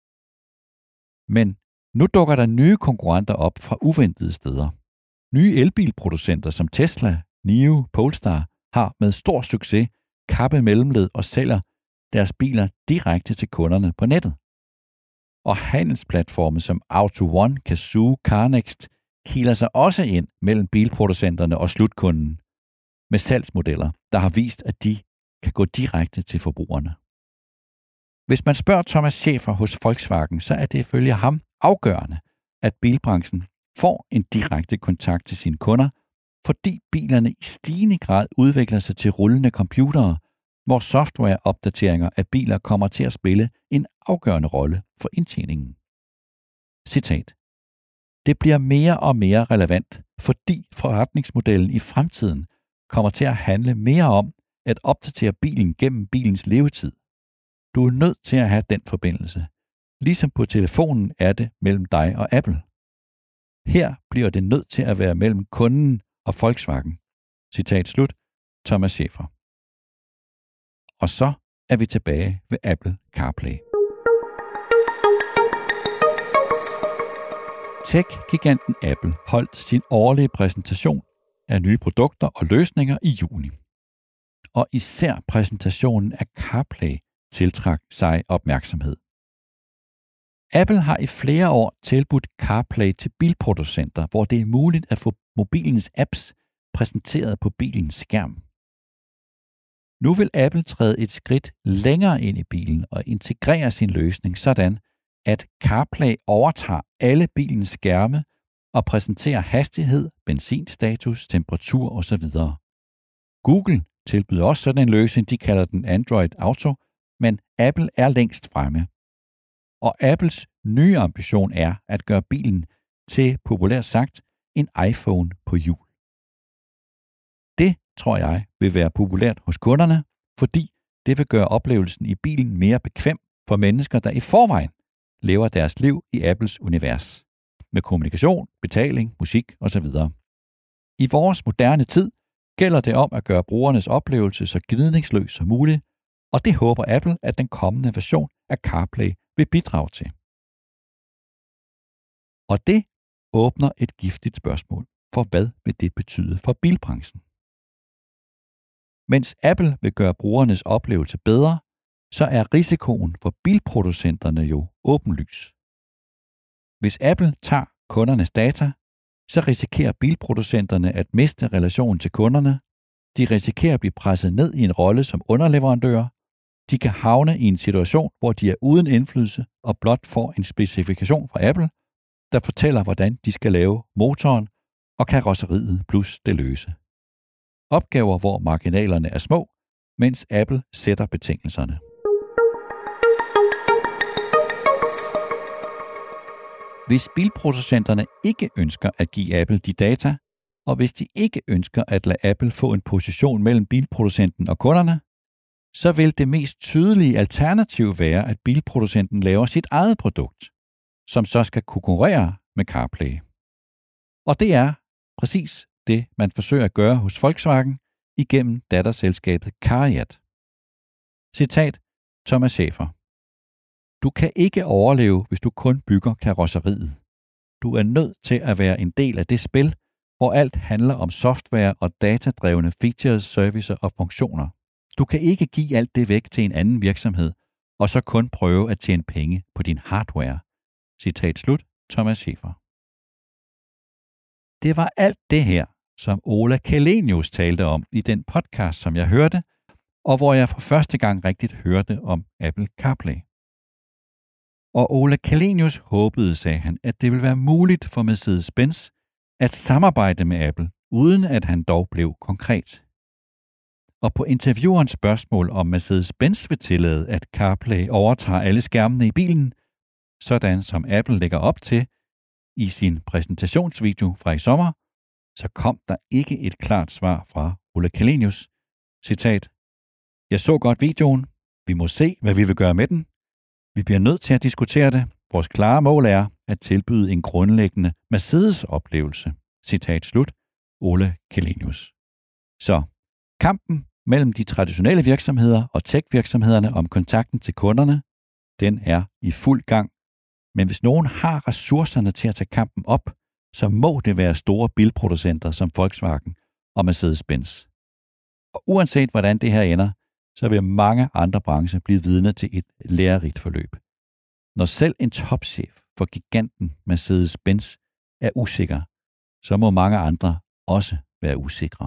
Men nu dukker der nye konkurrenter op fra uventede steder. Nye elbilproducenter som Tesla, NIO, Polestar har med stor succes kappet mellemled og sælger deres biler direkte til kunderne på nettet. Og handelsplatforme som Auto1, Cazoo, CarNext kiler sig også ind mellem bilproducenterne og slutkunden med salgsmodeller, der har vist, at de kan gå direkte til forbrugerne. Hvis man spørger Thomas Schäfer hos Volkswagen, så er det ifølge ham afgørende, at bilbranchen får en direkte kontakt til sine kunder, fordi bilerne i stigende grad udvikler sig til rullende computere, hvor softwareopdateringer af biler kommer til at spille en afgørende rolle for indtjeningen. Citat. Det bliver mere og mere relevant, fordi forretningsmodellen i fremtiden kommer til at handle mere om at opdatere bilen gennem bilens levetid. Du er nødt til at have den forbindelse. Ligesom på telefonen er det mellem dig og Apple. Her bliver det nødt til at være mellem kunden og Volkswagen. Citat slut. Thomas Schäfer. Og så er vi tilbage ved Apple CarPlay. Tech-giganten Apple holdt sin årlige præsentation af nye produkter og løsninger i juni. Og især præsentationen af CarPlay tiltrak sig opmærksomhed. Apple har i flere år tilbudt CarPlay til bilproducenter, hvor det er muligt at få mobilens apps præsenteret på bilens skærm. Nu vil Apple træde et skridt længere ind i bilen og integrere sin løsning sådan, at CarPlay overtager alle bilens skærme og præsenterer hastighed, benzinstatus, temperatur osv. Google tilbyder også sådan en løsning, de kalder den Android Auto, men Apple er længst fremme. Og Apples nye ambition er at gøre bilen til, populært sagt, en iPhone på hjul. Det, tror jeg, vil være populært hos kunderne, fordi det vil gøre oplevelsen i bilen mere bekvem for mennesker, der i forvejen lever deres liv i Apples univers. Med kommunikation, betaling, musik osv. I vores moderne tid gælder det om at gøre brugernes oplevelse så gnidningsløs som muligt, og det håber Apple, at den kommende version af CarPlay vil bidrage til. Og det åbner et giftigt spørgsmål, for hvad vil det betyde for bilbranchen? Mens Apple vil gøre brugernes oplevelse bedre, så er risikoen for bilproducenterne jo åbenlys. Hvis Apple tager kundernes data, så risikerer bilproducenterne at miste relationen til kunderne, de risikerer at blive presset ned i en rolle som underleverandører, de kan havne i en situation, hvor de er uden indflydelse og blot får en specifikation fra Apple, der fortæller, hvordan de skal lave motoren og karrosseriet plus det løse. Opgaver, hvor marginalerne er små, mens Apple sætter betingelserne. Hvis bilproducenterne ikke ønsker at give Apple de data, og hvis de ikke ønsker at lade Apple få en position mellem bilproducenten og kunderne, så vil det mest tydelige alternativ være, at bilproducenten laver sit eget produkt, som så skal konkurrere med CarPlay. Og det er præcis det, man forsøger at gøre hos Volkswagen igennem datterselskabet CARIAD. Citat Thomas Schäfer. Du kan ikke overleve, hvis du kun bygger karrosseriet. Du er nødt til at være en del af det spil, hvor alt handler om software og datadrevne features, servicer og funktioner. Du kan ikke give alt det væk til en anden virksomhed, og så kun prøve at tjene penge på din hardware. Citat slut, Thomas Schäfer. Det var alt det her, som Ola Källenius talte om i den podcast, som jeg hørte, og hvor jeg for første gang rigtigt hørte om Apple CarPlay. Og Ola Källenius håbede, sagde han, at det ville være muligt for Mercedes-Benz at samarbejde med Apple, uden at han dog blev konkret. Og på interviewerens spørgsmål om Mercedes-Benz vil tillade, at CarPlay overtager alle skærmene i bilen, sådan som Apple lægger op til i sin præsentationsvideo fra i sommer, så kom der ikke et klart svar fra Ola Källenius. Citat: Jeg så godt videoen. Vi må se, hvad vi vil gøre med den. Vi bliver nødt til at diskutere det. Vores klare mål er at tilbyde en grundlæggende Mercedes-oplevelse. Citat slut. Ola Källenius. Så kampen mellem de traditionelle virksomheder og tech-virksomhederne om kontakten til kunderne, den er i fuld gang. Men hvis nogen har ressourcerne til at tage kampen op, så må det være store bilproducenter som Volkswagen og Mercedes-Benz. Og uanset hvordan det her ender, så vil mange andre brancher blive vidne til et lærerigt forløb. Når selv en topchef for giganten Mercedes-Benz er usikker, så må mange andre også være usikre.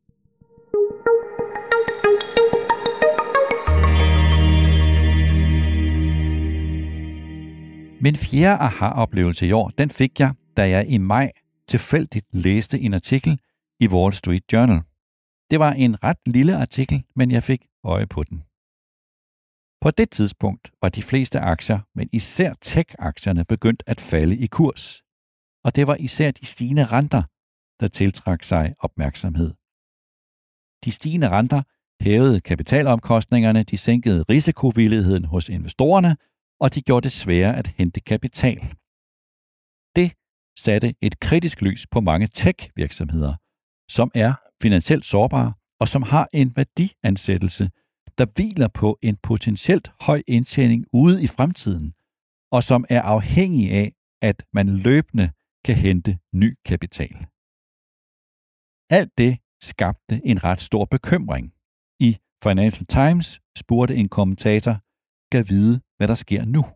Min fjerde aha-oplevelse i år, den fik jeg, da jeg i maj tilfældigt læste en artikel i Wall Street Journal. Det var en ret lille artikel, men jeg fik øje på den. På det tidspunkt var de fleste aktier, men især tech-aktierne, begyndt at falde i kurs. Og det var især de stigende renter, der tiltrak sig opmærksomhed. De stigende renter hævede kapitalomkostningerne, de sænkede risikovilligheden hos investorerne, og de gjorde det sværere at hente kapital. Det satte et kritisk lys på mange tech-virksomheder, som er finansielt sårbare og som har en værdiansættelse, der hviler på en potentielt høj indtjening ude i fremtiden, og som er afhængig af, at man løbende kan hente ny kapital. Alt det skabte en ret stor bekymring. I Financial Times spurgte en kommentator, "Gad vide, hvad der sker nu?"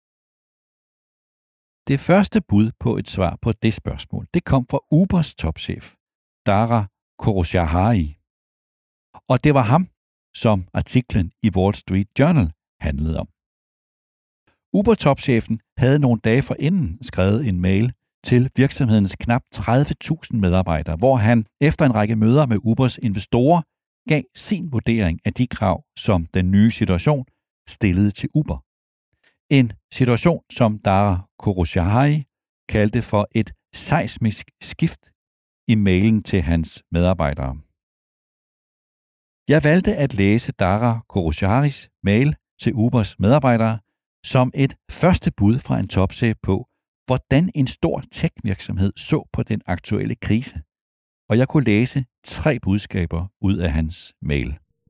Det første bud på et svar på det spørgsmål, det kom fra Ubers topchef, Dara Khosrowshahi. Og det var ham, som artiklen i Wall Street Journal handlede om. Uber-topchefen havde nogle dage forinden skrevet en mail til virksomhedens knap 30.000 medarbejdere, hvor han efter en række møder med Ubers investorer gav sin vurdering af de krav, som den nye situation stillede til Uber. En situation, som Dara Khosrowshahi kaldte for et seismisk skift i mailen til hans medarbejdere. Jeg valgte at læse Dara Khosrowshahis mail til Ubers medarbejdere som et første bud fra en topchef på, hvordan en stor tech-virksomhed så på den aktuelle krise. Og jeg kunne læse 3 budskaber ud af hans mail.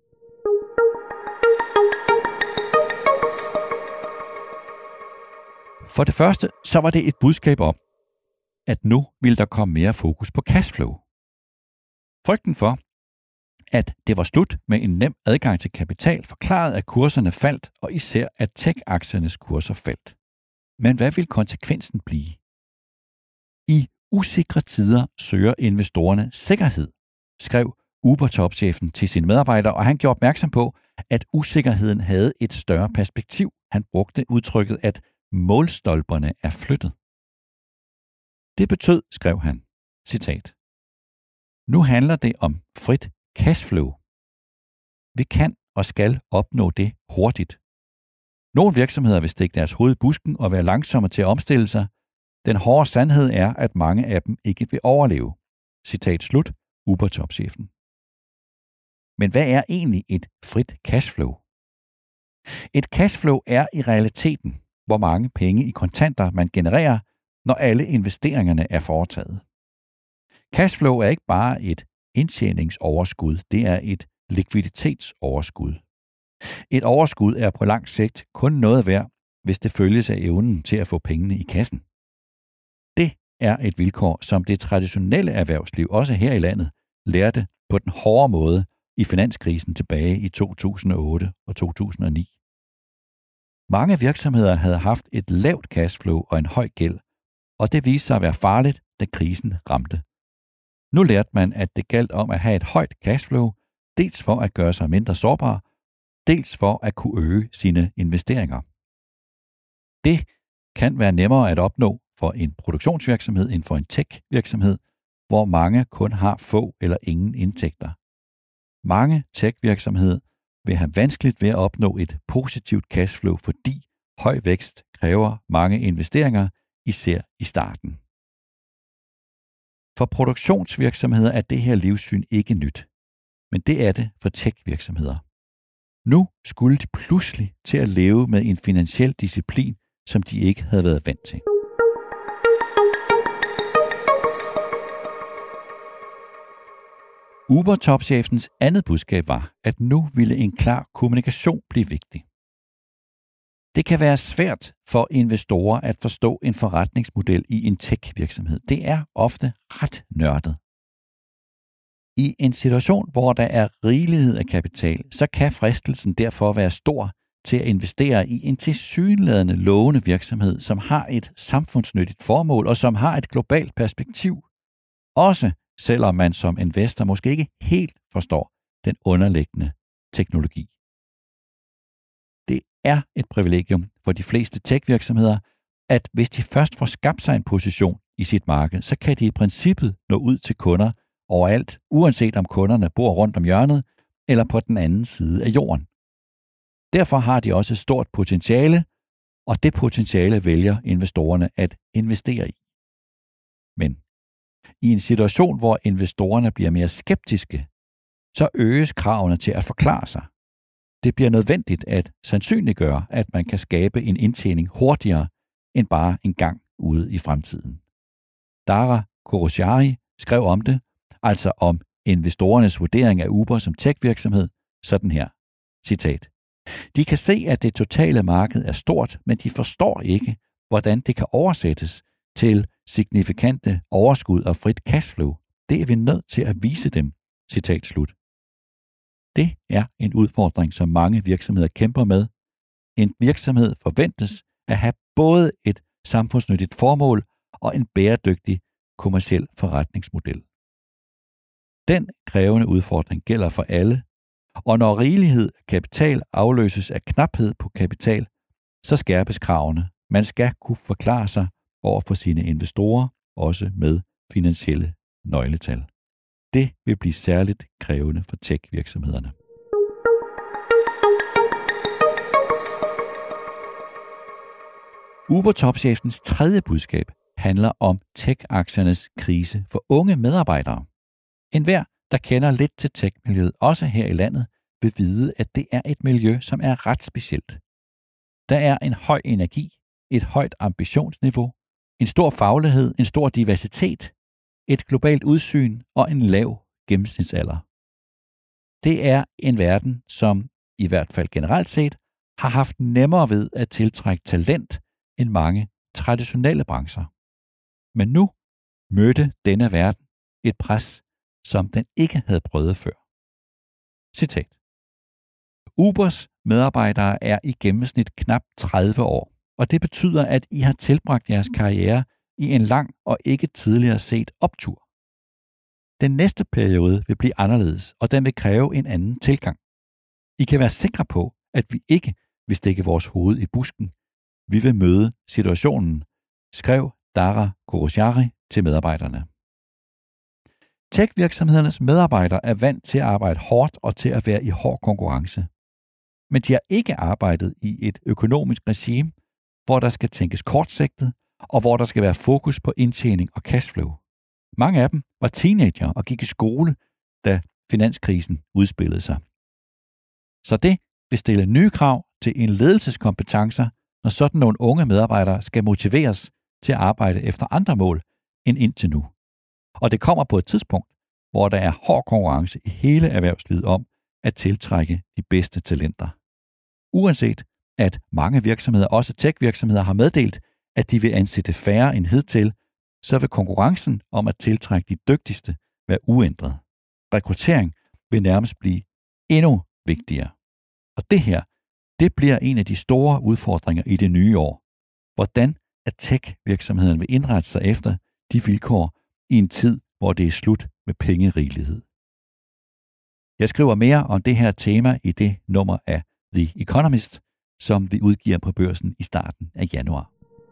For det første, så var det et budskab om, at nu ville der komme mere fokus på cashflow. Frygten for, at det var slut med en nem adgang til kapital, forklarede, at kurserne faldt, og især at tech-aktiernes kurser faldt. Men hvad vil konsekvensen blive? I usikre tider søger investorerne sikkerhed, skrev Uber-topchefen til sine medarbejdere, og han gjorde opmærksom på, at usikkerheden havde et større perspektiv. Han brugte udtrykket, at målstolperne er flyttet. Det betød, skrev han, citat, "Nu handler det om frit cashflow. Vi kan og skal opnå det hurtigt. Nogle virksomheder vil stikke deres hoved i busken og være langsomme til at omstille sig. Den hårde sandhed er, at mange af dem ikke vil overleve." Citat slut, Uber-topchefen. Men hvad er egentlig et frit cashflow? Et cashflow er i realiteten, hvor mange penge i kontanter man genererer, når alle investeringerne er foretaget. Cashflow er ikke bare et indtjeningsoverskud, det er et likviditetsoverskud. Et overskud er på lang sigt kun noget værd, hvis det følges af evnen til at få pengene i kassen. Det er et vilkår, som det traditionelle erhvervsliv, også her i landet, lærte på den hårde måde i finanskrisen tilbage i 2008 og 2009. Mange virksomheder havde haft et lavt cashflow og en høj gæld, og det viste sig at være farligt, da krisen ramte. Nu lærte man, at det galt om at have et højt cashflow, dels for at gøre sig mindre sårbar, dels for at kunne øge sine investeringer. Det kan være nemmere at opnå for en produktionsvirksomhed end for en tech-virksomhed, hvor mange kun har få eller ingen indtægter. Mange tech-virksomheder vil have vanskeligt ved at opnå et positivt cashflow, fordi høj vækst kræver mange investeringer, især i starten. For produktionsvirksomheder er det her livssyn ikke nyt, men det er det for tech-virksomheder. Nu skulle de pludselig til at leve med en finansiel disciplin, som de ikke havde været vant til. Uber-topchefens andet budskab var, at nu ville en klar kommunikation blive vigtig. Det kan være svært for investorer at forstå en forretningsmodel i en tech-virksomhed. Det er ofte ret nørdet. I en situation, hvor der er rigelighed af kapital, så kan fristelsen derfor være stor til at investere i en tilsyneladende lovende virksomhed, som har et samfundsnyttigt formål og som har et globalt perspektiv. Også selvom man som investor måske ikke helt forstår den underliggende teknologi. Det er et privilegium for de fleste tech-virksomheder, at hvis de først får skabt sig en position i sit marked, så kan de i princippet nå ud til kunder overalt, uanset om kunderne bor rundt om hjørnet eller på den anden side af jorden. Derfor har de også et stort potentiale, og det potentiale vælger investorerne at investere i. Men i en situation, hvor investorerne bliver mere skeptiske, så øges kravene til at forklare sig. Det bliver nødvendigt at sandsynliggøre, at man kan skabe en indtjening hurtigere end bare en gang ude i fremtiden. Dara Khosrowshahi skrev om det, altså om investorernes vurdering af Uber som tech-virksomhed, sådan her. Citat. De kan se, at det totale marked er stort, men de forstår ikke, hvordan det kan oversættes til signifikante overskud og frit cashflow. Det er vi nødt til at vise dem. Citat slut. Det er en udfordring, som mange virksomheder kæmper med. En virksomhed forventes at have både et samfundsnyttigt formål og en bæredygtig kommerciel forretningsmodel. Den krævende udfordring gælder for alle, og når rigelighed af kapital afløses af knaphed på kapital, så skærpes kravene. Man skal kunne forklare sig over for sine investorer, også med finansielle nøgletal. Det vil blive særligt krævende for tech-virksomhederne. Uber-topchefens tredje budskab handler om tech-aktiernes krise for unge medarbejdere. Enhver, der kender lidt til tech-miljøet, også her i landet, vil vide, at det er et miljø, som er ret specielt. Der er en høj energi, et højt ambitionsniveau, en stor faglighed, en stor diversitet, et globalt udsyn og en lav gennemsnitsalder. Det er en verden, som i hvert fald generelt set har haft nemmere ved at tiltrække talent end mange traditionelle brancher. Men nu mødte denne verden et pres, som den ikke havde prøvet før. Citat. Ubers medarbejdere er i gennemsnit knap 30 år, og det betyder, at I har tilbragt jeres karriere i en lang og ikke tidligere set optur. Den næste periode vil blive anderledes, og den vil kræve en anden tilgang. I kan være sikre på, at vi ikke vil stikke vores hoved i busken. Vi vil møde situationen, skrev Dara Khosrowshahi til medarbejderne. Tech-virksomhedernes medarbejdere er vant til at arbejde hårdt og til at være i hård konkurrence. Men de har ikke arbejdet i et økonomisk regime, hvor der skal tænkes kortsigtet, og hvor der skal være fokus på indtjening og cashflow. Mange af dem var teenager og gik i skole, da finanskrisen udspillede sig. Så det vil stille nye krav til en ledelseskompetencer, når sådan nogle unge medarbejdere skal motiveres til at arbejde efter andre mål end indtil nu. Og det kommer på et tidspunkt, hvor der er hård konkurrence i hele erhvervslivet om at tiltrække de bedste talenter. Uanset at mange virksomheder, også tech-virksomheder, har meddelt, at de vil ansætte færre end hidtil, så vil konkurrencen om at tiltrække de dygtigste være uændret. Rekruttering vil nærmest blive endnu vigtigere. Og det her, det bliver en af de store udfordringer i det nye år. Hvordan at tech-virksomheden vil indrette sig efter de vilkår i en tid, hvor det er slut med pengerigelighed. Jeg skriver mere om det her tema i det nummer af The Economist, som vi udgiver på børsen i starten af januar.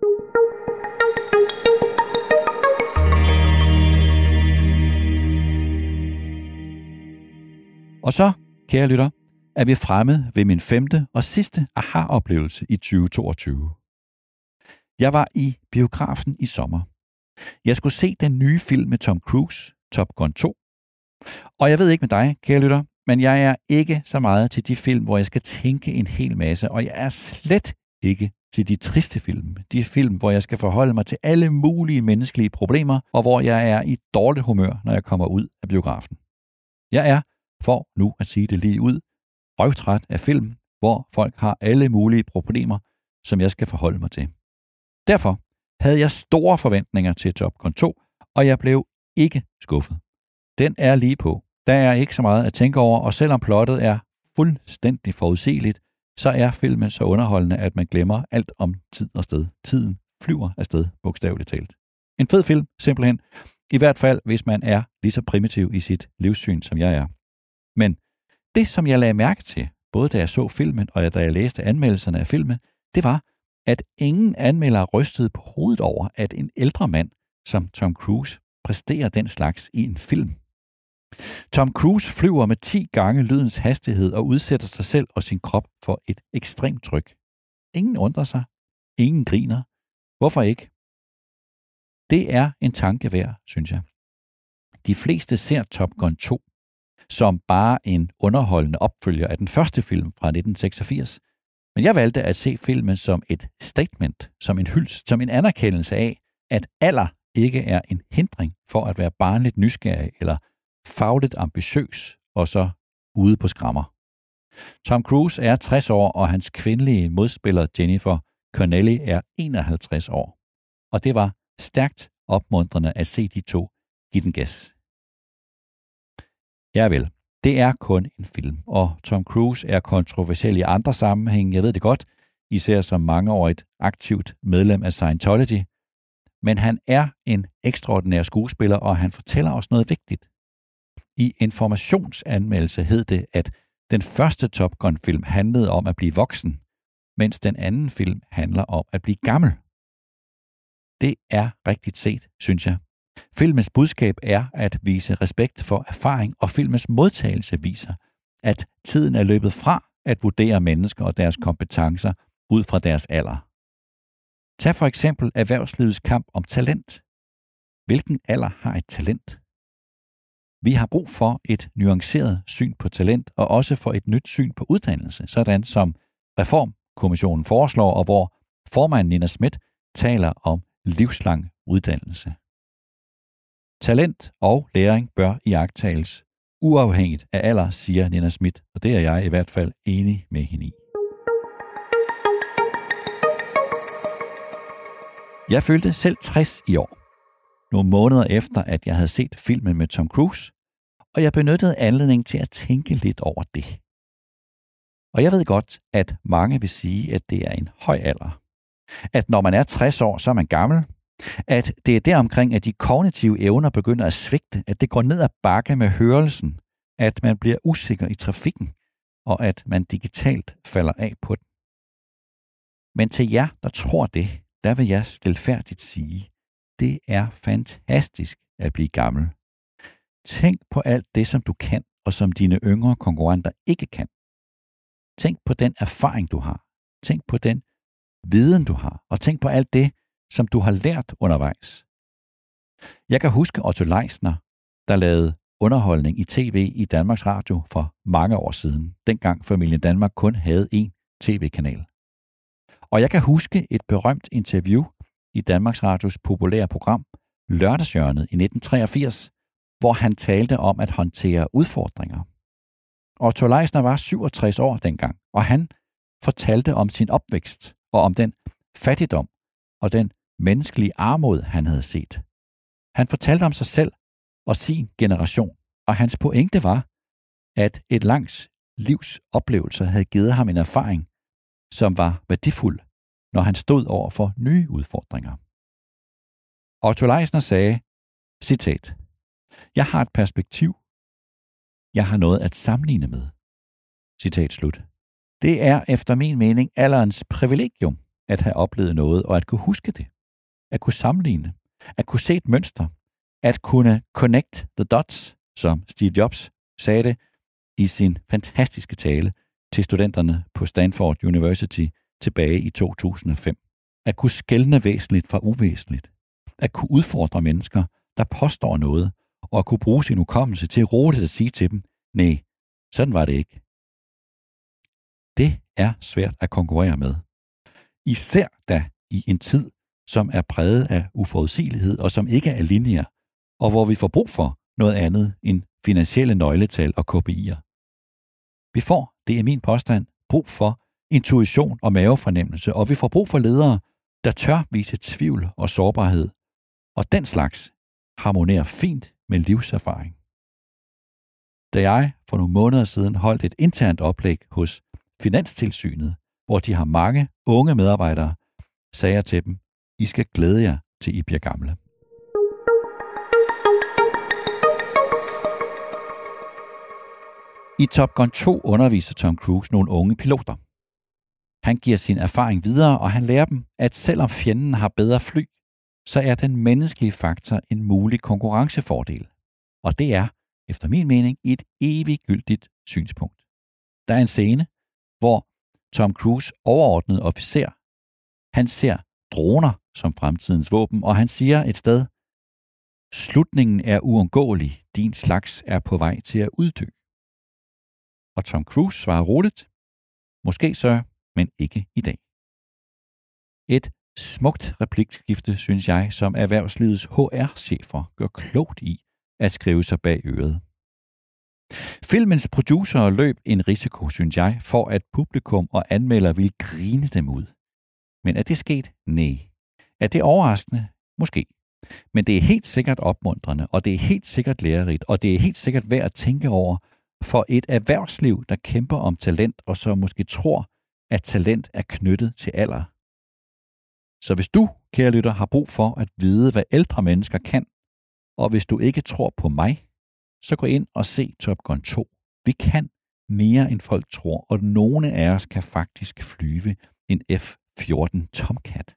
Og så, kære lytter, er vi fremme ved min 5. og sidste aha-oplevelse i 2022. Jeg var i biografen i sommer. Jeg skulle se den nye film med Tom Cruise, Top Gun 2. Og jeg ved ikke med dig, kære lytter, men jeg er ikke så meget til de film, hvor jeg skal tænke en hel masse, og jeg er slet ikke til de triste film. De film, hvor jeg skal forholde mig til alle mulige menneskelige problemer, og hvor jeg er i dårligt humør, når jeg kommer ud af biografen. Jeg er, for nu at sige det lige ud, røvtræt af film, hvor folk har alle mulige problemer, som jeg skal forholde mig til. Derfor havde jeg store forventninger til Top Gun 2, og jeg blev ikke skuffet. Den er lige på. Der er ikke så meget at tænke over, og selvom plottet er fuldstændig forudsigeligt, så er filmen så underholdende, at man glemmer alt om tid og sted. Tiden flyver afsted, bogstaveligt talt. En fed film, simpelthen. I hvert fald, hvis man er lige så primitiv i sit livssyn, som jeg er. Men det, som jeg lagde mærke til, både da jeg så filmen og da jeg læste anmeldelserne af filmen, det var, at ingen anmeldere rystede på hovedet over, at en ældre mand som Tom Cruise præsterer den slags i en film. Tom Cruise flyver med 10 gange lydens hastighed og udsætter sig selv og sin krop for et ekstremt tryk. Ingen undrer sig. Ingen griner. Hvorfor ikke? Det er en tanke værd, synes jeg. De fleste ser Top Gun 2 som bare en underholdende opfølger af den første film fra 1986. Men jeg valgte at se filmen som et statement, som en hyldest, som en anerkendelse af, at alder ikke er en hindring for at være barnligt nysgerrig eller fagligt ambitiøs og så ude på skrammer. Tom Cruise er 60 år, og hans kvindelige modspiller Jennifer Connelly er 51 år. Og det var stærkt opmuntrende at se de to give den gas. Ja vel, det er kun en film, og Tom Cruise er kontroversiel i andre sammenhænge, jeg ved det godt, især som mangeårigt aktivt medlem af Scientology. Men han er en ekstraordinær skuespiller, og han fortæller os noget vigtigt. I informationsanmeldelse hed det, at den første Top Gun-film handlede om at blive voksen, mens den anden film handler om at blive gammel. Det er rigtigt set, synes jeg. Filmens budskab er at vise respekt for erfaring, og filmens modtagelse viser, at tiden er løbet fra at vurdere mennesker og deres kompetencer ud fra deres alder. Tag for eksempel erhvervslivets kamp om talent. Hvilken alder har et talent? Vi har brug for et nuanceret syn på talent, og også for et nyt syn på uddannelse, sådan som Reformkommissionen foreslår, og hvor formanden Nina Smith taler om livslang uddannelse. Talent og læring bør iagttages uafhængigt af alder, siger Nina Smith, og det er jeg i hvert fald enig med hende i. Jeg følte selv 60 i år, nogle måneder efter, at jeg havde set filmen med Tom Cruise, og jeg benyttede anledningen til at tænke lidt over det. Og jeg ved godt, at mange vil sige, at det er en høj alder. At når man er 60 år, så er man gammel. At det er deromkring, at de kognitive evner begynder at svigte, at det går ned ad bakke med hørelsen, at man bliver usikker i trafikken, og at man digitalt falder af på den. Men til jer, der tror det, der vil jeg stilfærdigt sige, det er fantastisk at blive gammel. Tænk på alt det, som du kan, og som dine yngre konkurrenter ikke kan. Tænk på den erfaring, du har. Tænk på den viden, du har. Og tænk på alt det, som du har lært undervejs. Jeg kan huske Otto Leisner, der lavede underholdning i tv i Danmarks Radio for mange år siden, dengang familien Danmark kun havde én tv-kanal. Og jeg kan huske et berømt interview i Danmarks Radios populære program Lørdagshjørnet i 1983, hvor han talte om at håndtere udfordringer. Otto Leisner var 67 år dengang, og han fortalte om sin opvækst og om den fattigdom og den menneskelige armod, han havde set. Han fortalte om sig selv og sin generation, og hans pointe var, at et langt livs oplevelser havde givet ham en erfaring, som var værdifuld, når han stod over for nye udfordringer. Otto Leisner sagde, citat, jeg har et perspektiv. Jeg har noget at sammenligne med. Citat slut. Det er efter min mening alderens privilegium at have oplevet noget og at kunne huske det. At kunne sammenligne. At kunne se et mønster. At kunne connect the dots, som Steve Jobs sagde det i sin fantastiske tale til studenterne på Stanford University tilbage i 2005. At kunne skelne væsentligt fra uvæsentligt. At kunne udfordre mennesker, der påstår noget, og at kunne bruge sin hukommelse til roligt at sige til dem, nej, sådan var det ikke. Det er svært at konkurrere med. Især da i en tid, som er præget af uforudsigelighed og som ikke er lineær, og hvor vi får brug for noget andet end finansielle nøgletal og KPI'er. Vi får, det er min påstand, brug for intuition og mavefornemmelse, og vi får brug for ledere, der tør vise tvivl og sårbarhed, og den slags harmonerer fint med livserfaring. Da jeg for nogle måneder siden holdt et internt oplæg hos Finanstilsynet, hvor de har mange unge medarbejdere, sagde jeg til dem, I skal glæde jer til I bliver gamle. I Top Gun 2 underviser Tom Cruise nogle unge piloter. Han giver sin erfaring videre, og han lærer dem, at selvom fjenden har bedre fly, så er den menneskelige faktor en mulig konkurrencefordel. Og det er, efter min mening, et eviggyldigt synspunkt. Der er en scene, hvor Tom Cruise, overordnet officer, han ser droner som fremtidens våben, og han siger et sted, slutningen er uundgåelig, din slags er på vej til at uddø. Og Tom Cruise svarer roligt, måske så, men ikke i dag. Et smukt replikskifte, synes jeg, som erhvervslivets HR-chefer gør klogt i at skrive sig bag øret. Filmens producer løb en risiko, synes jeg, for at publikum og anmelder ville grine dem ud. Men er det sket? Nej. Er det overraskende? Måske. Men det er helt sikkert opmuntrende, og det er helt sikkert lærerigt, og det er helt sikkert værd at tænke over for et erhvervsliv, der kæmper om talent, og så måske tror, at talent er knyttet til alder. Så hvis du, kære lytter, har brug for at vide, hvad ældre mennesker kan, og hvis du ikke tror på mig, så gå ind og se Top Gun 2. Vi kan mere, end folk tror, og nogle af os kan faktisk flyve en F-14 Tomcat.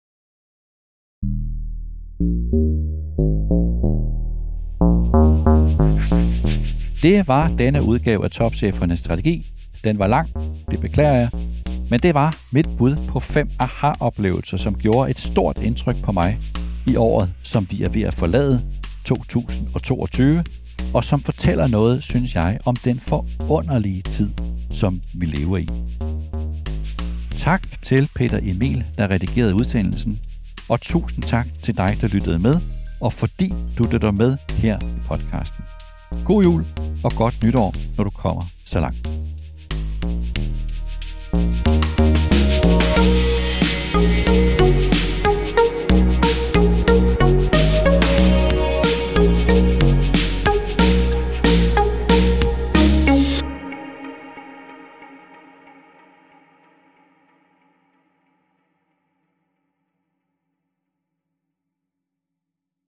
Det var denne udgave af Topchefernes Strategi. Den var lang, det beklager jeg, men det var mit bud på 5 aha-oplevelser, som gjorde et stort indtryk på mig i året, som vi er ved at forlade, 2022, og som fortæller noget, synes jeg, om den forunderlige tid, som vi lever i. Tak til Peter Emil, der redigerede udsendelsen, og tusind tak til dig, der lyttede med, og fordi du lytter med her i podcasten. God jul og godt nytår, når du kommer så langt.